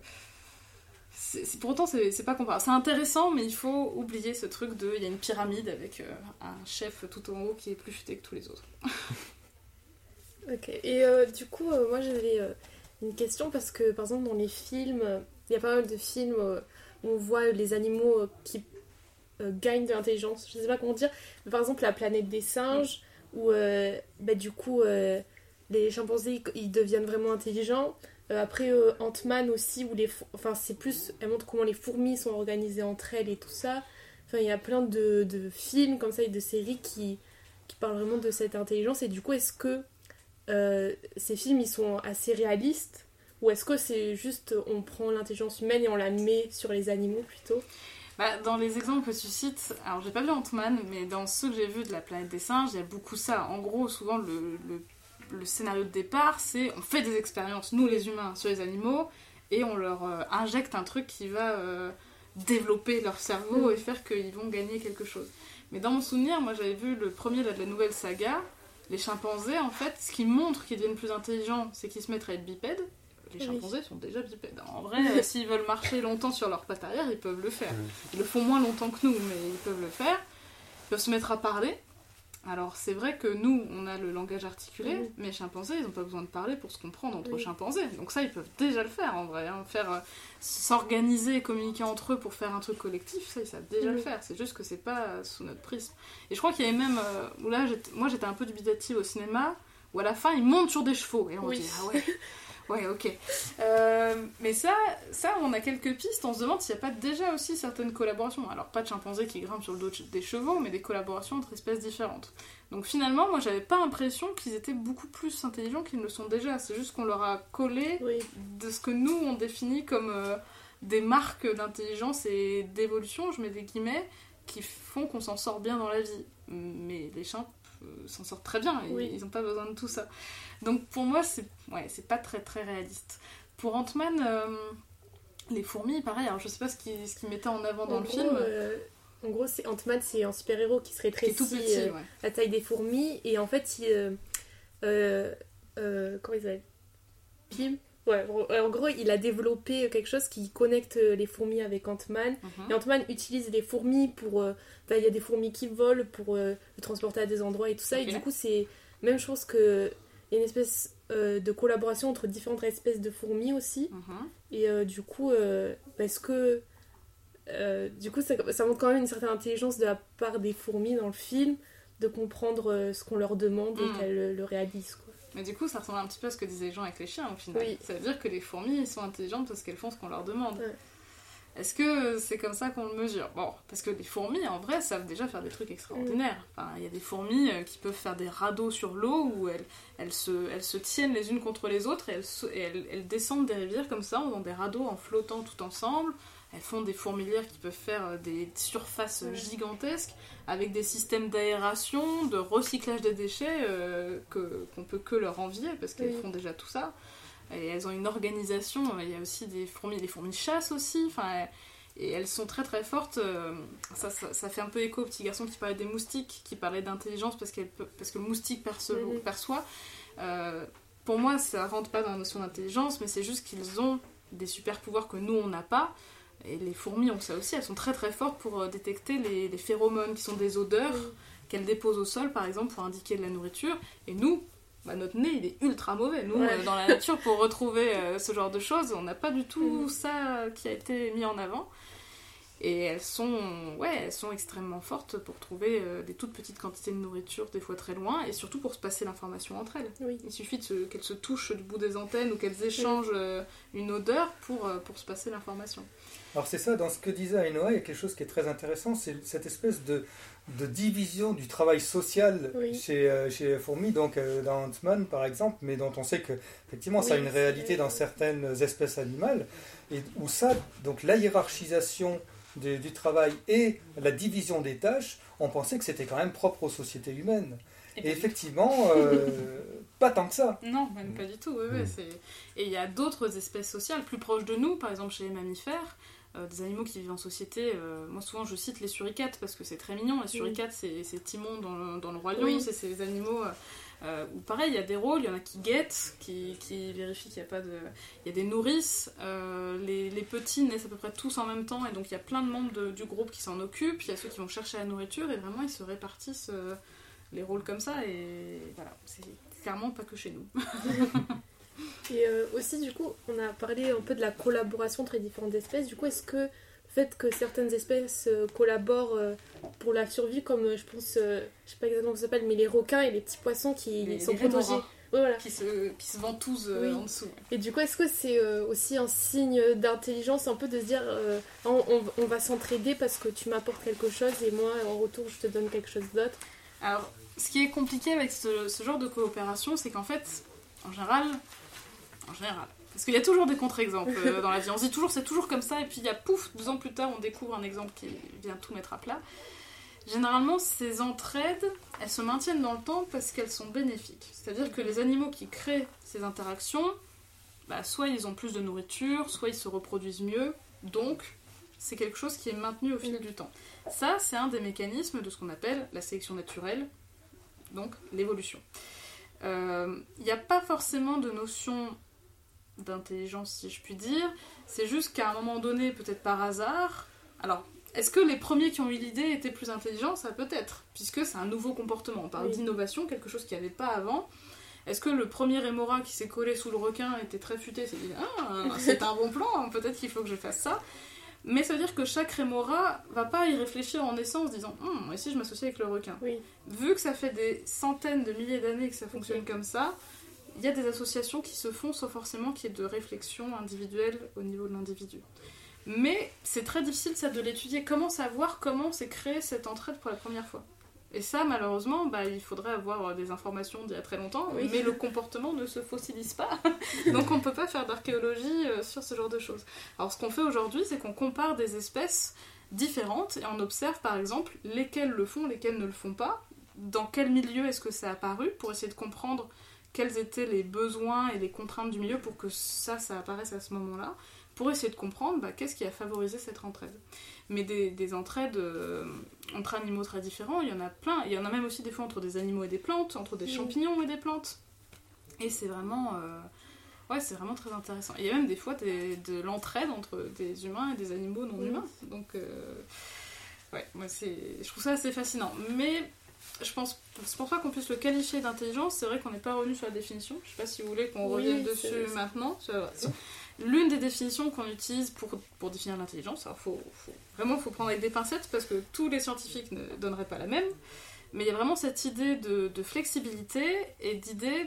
pour autant, c'est pas comparable. C'est intéressant, mais il faut oublier ce truc il y a une pyramide avec un chef tout en haut qui est plus futé que tous les autres. Ok, et du coup, moi j'avais... une question parce que par exemple dans les films, il y a pas mal de films où on voit les animaux qui gagnent de l'intelligence, je sais pas comment dire, mais par exemple la planète des singes où du coup les chimpanzés ils deviennent vraiment intelligents. Après Ant-Man aussi où c'est plus, elle montre comment les fourmis sont organisées entre elles et tout ça. Enfin il y a plein de films comme ça et de séries qui parlent vraiment de cette intelligence, et du coup est-ce que ces films ils sont assez réalistes, ou est-ce que c'est juste on prend l'intelligence humaine et on la met sur les animaux plutôt ? Dans les exemples que tu cites, alors j'ai pas vu Ant-Man, mais dans ceux que j'ai vus de la planète des singes, il y a beaucoup ça. En gros, souvent le scénario de départ, c'est on fait des expériences, nous les humains, sur les animaux, et on leur injecte un truc qui va développer leur cerveau et faire qu'ils vont gagner quelque chose. Mais dans mon souvenir, moi j'avais vu le premier de la nouvelle saga. Les chimpanzés, en fait, ce qui montre qu'ils deviennent plus intelligents, c'est qu'ils se mettent à être bipèdes. Les chimpanzés sont déjà bipèdes. En vrai, s'ils veulent marcher longtemps sur leurs pattes arrière, ils peuvent le faire. Ils le font moins longtemps que nous, mais ils peuvent le faire. Ils peuvent se mettre à parler. Alors c'est vrai que nous, on a le langage articulé, mais les chimpanzés, ils n'ont pas besoin de parler pour se comprendre entre chimpanzés. Donc ça, ils peuvent déjà le faire en vrai. S'organiser et communiquer entre eux pour faire un truc collectif, ça, ils savent déjà le faire. C'est juste que c'est pas sous notre prisme. Et je crois qu'il y avait même... où là, moi, j'étais un peu dubitative au cinéma, où à la fin, ils montent sur des chevaux. Et on dit, ah ouais... Ouais, ok. Mais ça, on a quelques pistes. On se demande s'il n'y a pas déjà aussi certaines collaborations. Alors, pas de chimpanzés qui grimpent sur le dos des chevaux, mais des collaborations entre espèces différentes. Donc finalement, moi, j'avais pas l'impression qu'ils étaient beaucoup plus intelligents qu'ils ne le sont déjà. C'est juste qu'on leur a collé de ce que nous, on définit comme des marques d'intelligence et d'évolution, je mets des guillemets, qui font qu'on s'en sort bien dans la vie. Mais les chimps s'en sortent très bien, ils n'ont pas besoin de tout ça. Donc pour moi, c'est pas très très réaliste. Pour Ant-Man, les fourmis, pareil, alors je sais pas ce qu'ils mettaient en avant dans le film. En gros, Ant-Man, c'est un super-héros qui se rétrécit tout petit, la taille des fourmis, et en fait, comment il s'appelle ? Pym ? Ouais, en gros, il a développé quelque chose qui connecte les fourmis avec Ant-Man. Et Ant-Man utilise les fourmis pour... il y a des fourmis qui volent pour le transporter à des endroits et tout ça. Okay. Et du coup, c'est même chose que... Il y a une espèce de collaboration entre différentes espèces de fourmis aussi. Et du coup, parce que... du coup, ça montre quand même une certaine intelligence de la part des fourmis dans le film, de comprendre ce qu'on leur demande et qu'elles le réalisent, quoi. Mais du coup, ça ressemble un petit peu à ce que disaient les gens avec les chiens, au final. Ça veut dire que les fourmis, ils sont intelligentes parce qu'elles font ce qu'on leur demande. Est-ce que c'est comme ça qu'on le mesure ? Bon, parce que les fourmis, en vrai, savent déjà faire des trucs extraordinaires. Enfin, il y a des fourmis qui peuvent faire des radeaux sur l'eau où elles se tiennent les unes contre les autres et elles descendent des rivières comme ça, dans des radeaux en flottant tout ensemble. Elles font des fourmilières qui peuvent faire des surfaces gigantesques avec des systèmes d'aération, de recyclage des déchets qu'on peut que leur envier parce qu'elles font déjà tout ça. Et elles ont une organisation. Il y a aussi les fourmis chassent aussi. Enfin, et elles sont très très fortes. Ça fait un peu écho au petit garçon qui parlait des moustiques, qui parlait d'intelligence parce que le moustique perçoit. Pour moi, ça rentre pas dans la notion d'intelligence, mais c'est juste qu'ils ont des super pouvoirs que nous on n'a pas. Et les fourmis ont ça aussi, elles sont très très fortes pour détecter les phéromones qui sont des odeurs qu'elles déposent au sol par exemple pour indiquer de la nourriture. Et nous, notre nez il est ultra mauvais. Nous, dans la nature, pour retrouver ce genre de choses, on n'a pas du tout ça qui a été mis en avant. Et elles sont extrêmement fortes pour trouver des toutes petites quantités de nourriture, des fois très loin, et surtout pour se passer l'information entre elles. Il suffit qu'elles se touchent du bout des antennes ou qu'elles échangent une odeur pour se passer l'information. Alors c'est ça, dans ce que disait Ainhoa, il y a quelque chose qui est très intéressant, c'est cette espèce de division du travail social chez les fourmis, donc dans Ant-Man par exemple, mais dont on sait que effectivement ça a une réalité dans certaines espèces animales, et où ça, donc la hiérarchisation du travail et la division des tâches, on pensait que c'était quand même propre aux sociétés humaines. Et effectivement, pas tant que ça. Non, même pas du tout. Et il y a d'autres espèces sociales plus proches de nous, par exemple chez les mammifères, des animaux qui vivent en société. Moi, souvent, je cite les suricates parce que c'est très mignon. Les suricates, c'est Timon dans le Roi Lion. C'est ces animaux où, pareil, il y a des rôles. Il y en a qui guettent, qui vérifient qu'il n'y a pas de... Il y a des nourrices. Les petits naissent à peu près tous en même temps. Et donc, il y a plein de membres du groupe qui s'en occupent. Il y a ceux qui vont chercher la nourriture. Et vraiment, ils se répartissent les rôles comme ça. Et voilà, c'est clairement pas que chez nous. Et aussi, du coup, on a parlé un peu de la collaboration entre les différentes espèces. Du coup, est-ce que le fait que certaines espèces collaborent pour la survie, comme je pense, je sais pas exactement comment ça s'appelle, mais les requins et les petits poissons qui sont protégés, qui se ventousent en dessous. Et du coup, est-ce que c'est aussi un signe d'intelligence, un peu de se dire on va s'entraider parce que tu m'apportes quelque chose et moi, en retour, je te donne quelque chose d'autre? Alors, ce qui est compliqué avec ce genre de coopération, c'est qu'en fait, en général, parce qu'il y a toujours des contre-exemples dans la vie. On se dit toujours, c'est toujours comme ça, et puis il y a pouf, 2 ans plus tard, on découvre un exemple qui vient tout mettre à plat. Généralement, ces entraides, elles se maintiennent dans le temps parce qu'elles sont bénéfiques. C'est-à-dire que les animaux qui créent ces interactions, soit ils ont plus de nourriture, soit ils se reproduisent mieux, donc c'est quelque chose qui est maintenu au fil du temps. Ça, c'est un des mécanismes de ce qu'on appelle la sélection naturelle, donc l'évolution. Il n'y a pas forcément de notion d'intelligence, si je puis dire, c'est juste qu'à un moment donné, peut-être par hasard, alors Est-ce que les premiers qui ont eu l'idée étaient plus intelligents? Ça peut être, puisque c'est un nouveau comportement. On parle d'innovation, quelque chose qu'il n'y avait pas avant. Est-ce que le premier rémora qui s'est collé sous le requin était très futé, s'est dit « Ah, c'est un bon plan, peut-être qu'il faut que je fasse ça ». Mais ça veut dire que chaque rémora va pas y réfléchir en naissant en se disant « et si je m'associe avec le requin ?» Vu que ça fait des centaines de milliers d'années que ça fonctionne comme ça, il y a des associations qui se font sans forcément qu'il y ait de réflexion individuelle au niveau de l'individu. Mais c'est très difficile ça de l'étudier. Comment savoir comment s'est créée cette entraide pour la première fois? Et ça, malheureusement, il faudrait avoir des informations d'il y a très longtemps, mais le comportement ne se fossilise pas. Donc on ne peut pas faire d'archéologie sur ce genre de choses. Alors ce qu'on fait aujourd'hui, c'est qu'on compare des espèces différentes et on observe par exemple lesquelles le font, lesquelles ne le font pas, dans quel milieu est-ce que ça a apparu, pour essayer de comprendre quels étaient les besoins et les contraintes du milieu pour que ça apparaisse à ce moment-là, pour essayer de comprendre qu'est-ce qui a favorisé cette entraide. Mais des entraides entre animaux très différents, il y en a plein. Il y en a même aussi des fois entre des animaux et des plantes, entre des champignons et des plantes. Et c'est vraiment, c'est vraiment très intéressant. Il y a même des fois de l'entraide entre des humains et des animaux non humains. Donc, moi je trouve ça assez fascinant. Mais je pense pas qu'on puisse le qualifier d'intelligence. C'est vrai qu'on n'est pas revenu sur la définition. Je ne sais pas si vous voulez qu'on revienne dessus maintenant. L'une des définitions qu'on utilise pour définir l'intelligence, alors faut prendre avec des pincettes parce que tous les scientifiques ne donneraient pas la même, mais il y a vraiment cette idée de flexibilité et d'idée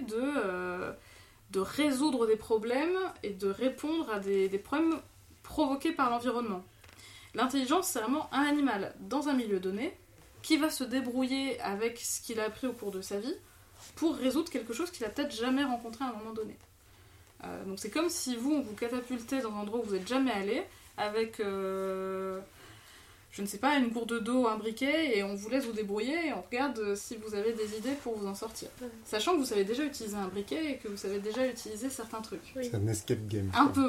de résoudre des problèmes et de répondre à des problèmes provoqués par l'environnement. L'intelligence, c'est vraiment un animal dans un milieu donné qui va se débrouiller avec ce qu'il a appris au cours de sa vie pour résoudre quelque chose qu'il a peut-être jamais rencontré à un moment donné. Donc c'est comme si on vous catapultez dans un endroit où vous n'êtes jamais allé, avec, je ne sais pas, une gourde d'eau, un briquet, et on vous laisse vous débrouiller, et on regarde si vous avez des idées pour vous en sortir. Sachant que vous savez déjà utiliser un briquet, et que vous savez déjà utiliser certains trucs. C'est un escape game. Un peu,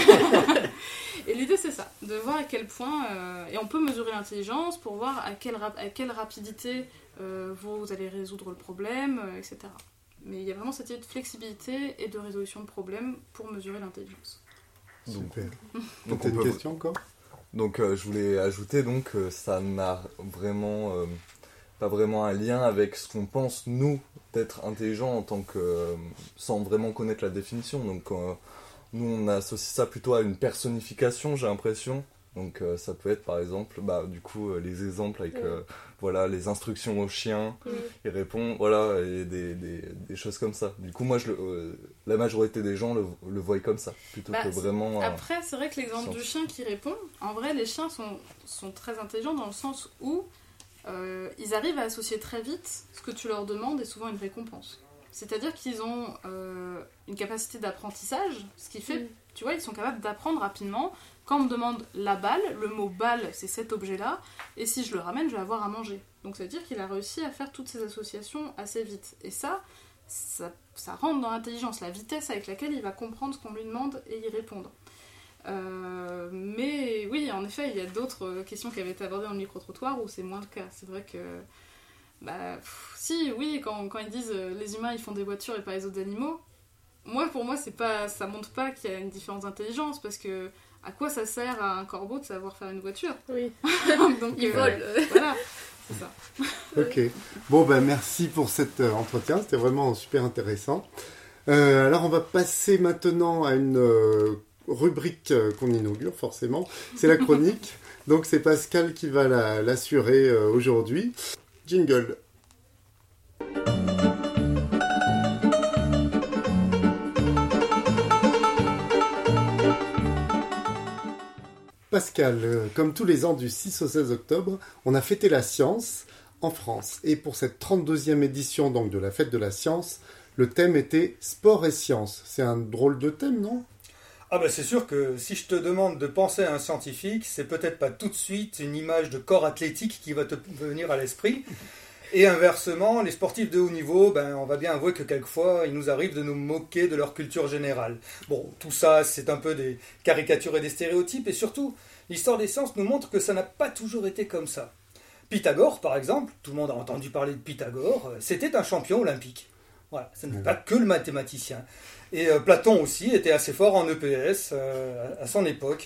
Et l'idée c'est ça, de voir à quel point, et on peut mesurer l'intelligence pour voir à quelle rapidité vous allez résoudre le problème, etc. Mais il y a vraiment cette idée de flexibilité et de résolution de problèmes pour mesurer l'intelligence. Super. Donc t'as une question encore? Donc je voulais ajouter que ça n'a vraiment pas vraiment un lien avec ce qu'on pense nous d'être intelligent en tant que sans vraiment connaître la définition. Donc nous on associe ça plutôt à une personnification, j'ai l'impression. Donc ça peut être par exemple les exemples avec les instructions aux chiens, il répond, et des choses comme ça. Du coup moi la majorité des gens le voient comme ça, plutôt que vraiment... Après c'est vrai que l'exemple du chien qui répond, en vrai les chiens sont très intelligents dans le sens où ils arrivent à associer très vite ce que tu leur demandes et souvent une récompense. C'est-à-dire qu'ils ont une capacité d'apprentissage, ce qui fait, tu vois, ils sont capables d'apprendre rapidement. Quand on me demande la balle, le mot balle, c'est cet objet-là, et si je le ramène, je vais avoir à manger. Donc ça veut dire qu'il a réussi à faire toutes ces associations assez vite. Et ça rentre dans l'intelligence, la vitesse avec laquelle il va comprendre ce qu'on lui demande et y répondre. Mais oui, en effet, il y a d'autres questions qui avaient été abordées dans le micro-trottoir où c'est moins le cas. C'est vrai que... quand ils disent les humains ils font des voitures et pas les autres animaux, pour moi ça montre pas qu'il y a une différence d'intelligence, parce que à quoi ça sert à un corbeau de savoir faire une voiture? Donc il vole. Voilà, c'est ça. Ok, bon merci pour cet entretien, c'était vraiment super intéressant. Alors on va passer maintenant à une rubrique qu'on inaugure forcément, c'est la chronique. Donc c'est Pascal qui va l'assurer aujourd'hui. Jingle. Pascal, comme tous les ans du 6 au 16 octobre, on a fêté la science en France. Et pour cette 32e édition donc, de la fête de la science, le thème était sport et science. C'est un drôle de thème, non ? C'est sûr que si je te demande de penser à un scientifique, c'est peut-être pas tout de suite une image de corps athlétique qui va te venir à l'esprit. Et inversement, les sportifs de haut niveau, on va bien avouer que quelquefois, il nous arrive de nous moquer de leur culture générale. Bon, tout ça, c'est un peu des caricatures et des stéréotypes, et surtout, l'histoire des sciences nous montre que ça n'a pas toujours été comme ça. Pythagore, par exemple, tout le monde a entendu parler de Pythagore, c'était un champion olympique. Voilà, ce n'est pas que le mathématicien. Et Platon aussi était assez fort en EPS à son époque.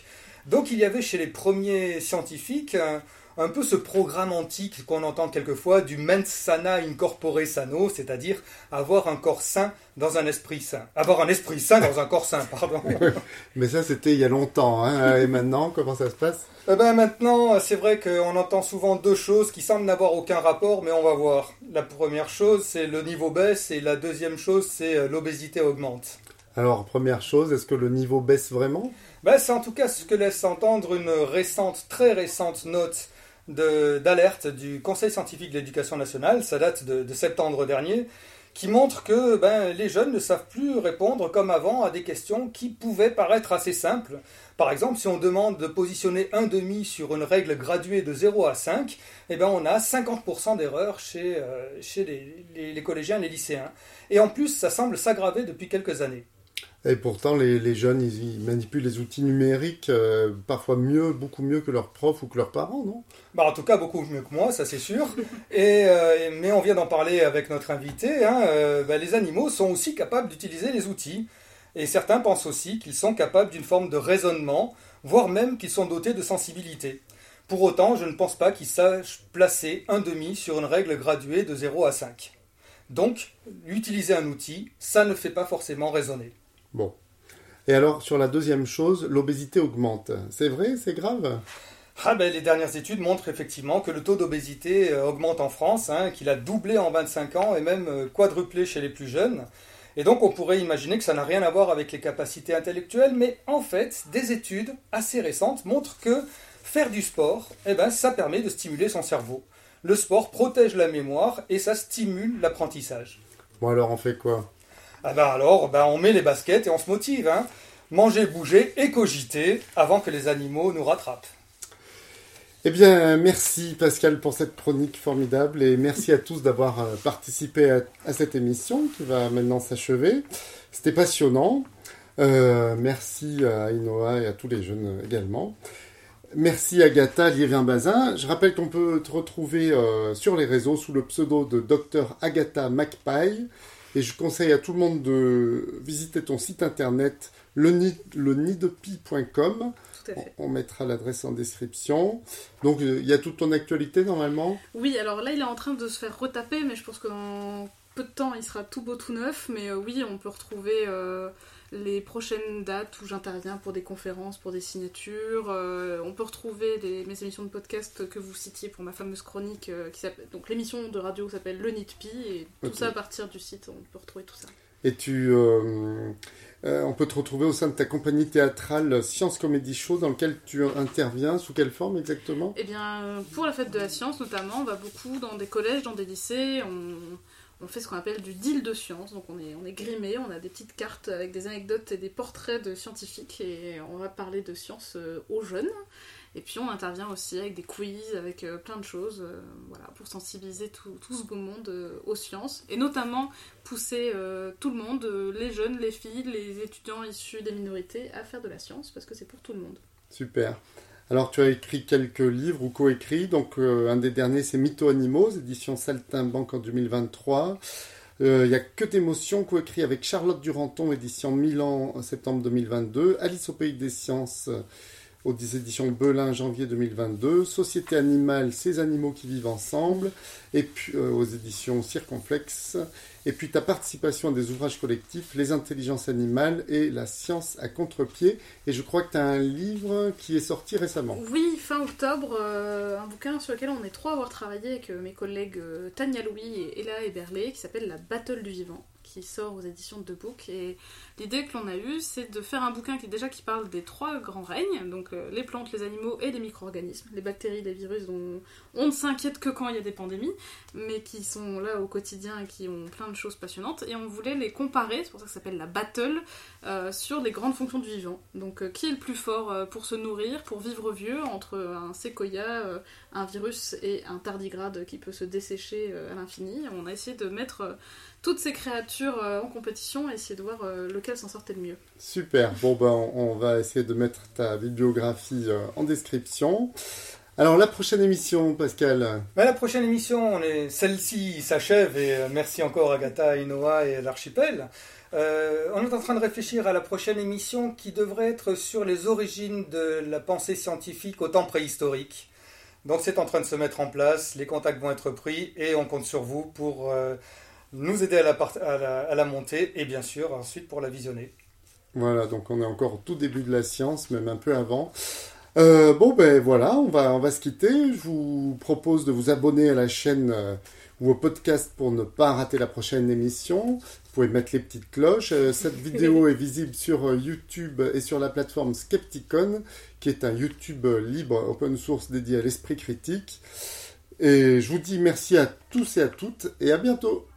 Donc il y avait chez les premiers scientifiques un peu ce programme antique qu'on entend quelquefois du mens sana in corpore sano, c'est-à-dire avoir un corps sain dans un esprit sain. Avoir un esprit sain dans un corps sain, pardon. Mais ça, c'était il y a longtemps, hein. Et maintenant, comment ça se passe ? Maintenant, c'est vrai qu'on entend souvent deux choses qui semblent n'avoir aucun rapport, mais on va voir. La première chose, c'est le niveau baisse, et la deuxième chose, c'est l'obésité augmente. Alors, première chose, est-ce que le niveau baisse vraiment ? C'est en tout cas ce que laisse entendre une très récente note d'alerte du Conseil scientifique de l'éducation nationale, ça date de septembre dernier, qui montre que les jeunes ne savent plus répondre comme avant à des questions qui pouvaient paraître assez simples. Par exemple, si on demande de positionner un demi sur une règle graduée de 0 à 5, on a 50% d'erreurs chez les collégiens et les lycéens. Et en plus, ça semble s'aggraver depuis quelques années. Et pourtant, les jeunes, ils manipulent les outils numériques parfois beaucoup mieux que leurs profs ou que leurs parents, non ? En tout cas, beaucoup mieux que moi, ça c'est sûr. Mais on vient d'en parler avec notre invité. Les animaux sont aussi capables d'utiliser les outils. Et certains pensent aussi qu'ils sont capables d'une forme de raisonnement, voire même qu'ils sont dotés de sensibilité. Pour autant, je ne pense pas qu'ils sachent placer un demi sur une règle graduée de 0 à 5. Donc, utiliser un outil, ça ne fait pas forcément raisonner. Bon. Et alors, sur la deuxième chose, l'obésité augmente. C'est vrai, c'est grave ? Les dernières études montrent effectivement que le taux d'obésité augmente en France, qu'il a doublé en 25 ans et même quadruplé chez les plus jeunes. Et donc on pourrait imaginer que ça n'a rien à voir avec les capacités intellectuelles, mais en fait, des études assez récentes montrent que faire du sport, ça permet de stimuler son cerveau. Le sport protège la mémoire et ça stimule l'apprentissage. Bon alors on fait quoi ? On met les baskets et on se motive. Manger, bouger et cogiter avant que les animaux nous rattrapent. Eh bien, merci Pascal pour cette chronique formidable et merci à tous d'avoir participé à cette émission qui va maintenant s'achever. C'était passionnant. Merci à Inoa et à tous les jeunes également. Merci Agatha Liévin-Bazin. Je rappelle qu'on peut te retrouver sur les réseaux sous le pseudo de Dr Agatha Magpie. Et je conseille à tout le monde de visiter ton site internet lenidepi.com. On mettra l'adresse en description. Donc, il y a toute ton actualité, normalement ? Oui, alors là, il est en train de se faire retaper, mais je pense qu'en peu de temps, il sera tout beau, tout neuf. Mais oui, on peut retrouver les prochaines dates où j'interviens pour des conférences, pour des signatures. On peut retrouver mes émissions de podcast que vous citiez pour ma fameuse chronique, donc l'émission de radio s'appelle Le Nidpi, et tout ça à partir du site, on peut retrouver tout ça. Et on peut te retrouver au sein de ta compagnie théâtrale Science Comedy Show, dans lequel tu interviens. Sous quelle forme exactement ? Eh bien, pour la fête de la science notamment, on va beaucoup dans des collèges, dans des lycées. On fait ce qu'on appelle du deal de science. Donc on est grimé, on a des petites cartes avec des anecdotes et des portraits de scientifiques. Et on va parler de science aux jeunes. Et puis on intervient aussi avec des quiz, avec plein de choses, pour sensibiliser tout ce beau monde aux sciences. Et notamment pousser tout le monde, les jeunes, les filles, les étudiants issus des minorités, à faire de la science, parce que c'est pour tout le monde. Super. Alors tu as écrit quelques livres ou coécrits. Donc un des derniers c'est Mythos Animaux, édition Saltimbanque en 2023. Il y a Que d'émotions, coécrit avec Charlotte Duranton, édition Milan en septembre 2022. Alice au pays des sciences, aux éditions Belin, janvier 2022, Société animale, ces animaux qui vivent ensemble, et puis aux éditions Circonflexe, et puis ta participation à des ouvrages collectifs, Les intelligences animales et La science à contre-pied, et je crois que tu as un livre qui est sorti récemment. Oui, fin octobre, un bouquin sur lequel on est trois à avoir travaillé avec mes collègues Tania Louis et Ella Eberlé, qui s'appelle La Battle du vivant, qui sort aux éditions de Book. Et l'idée que l'on a eue, c'est de faire un bouquin qui parle des trois grands règnes, donc les plantes, les animaux et les micro-organismes, les bactéries, les virus dont on ne s'inquiète que quand il y a des pandémies, mais qui sont là au quotidien et qui ont plein de choses passionnantes. Et on voulait les comparer, c'est pour ça que ça s'appelle la battle, sur les grandes fonctions du vivant. Donc qui est le plus fort pour se nourrir, pour vivre vieux, entre un séquoia, un virus et un tardigrade qui peut se dessécher à l'infini. On a essayé de mettre toutes ces créatures en compétition et essayer de voir lequel s'en sortait le mieux. Super, on va essayer de mettre ta bibliographie en description. Alors la prochaine émission, Pascal. La prochaine émission, celle-ci s'achève et merci encore Agatha, Inoa et l'Archipel. On est en train de réfléchir à la prochaine émission qui devrait être sur les origines de la pensée scientifique au temps préhistorique. Donc c'est en train de se mettre en place, les contacts vont être pris et on compte sur vous pour nous aider à la monter et bien sûr ensuite pour la visionner. Voilà, donc on est encore au tout début de la science, même un peu avant. Voilà, on va se quitter. Je vous propose de vous abonner à la chaîne ou au podcast pour ne pas rater la prochaine émission. Vous pouvez mettre les petites cloches. Cette vidéo est visible sur YouTube et sur la plateforme Skepticon, qui est un YouTube libre, open source dédié à l'esprit critique. Et je vous dis merci à tous et à toutes et à bientôt.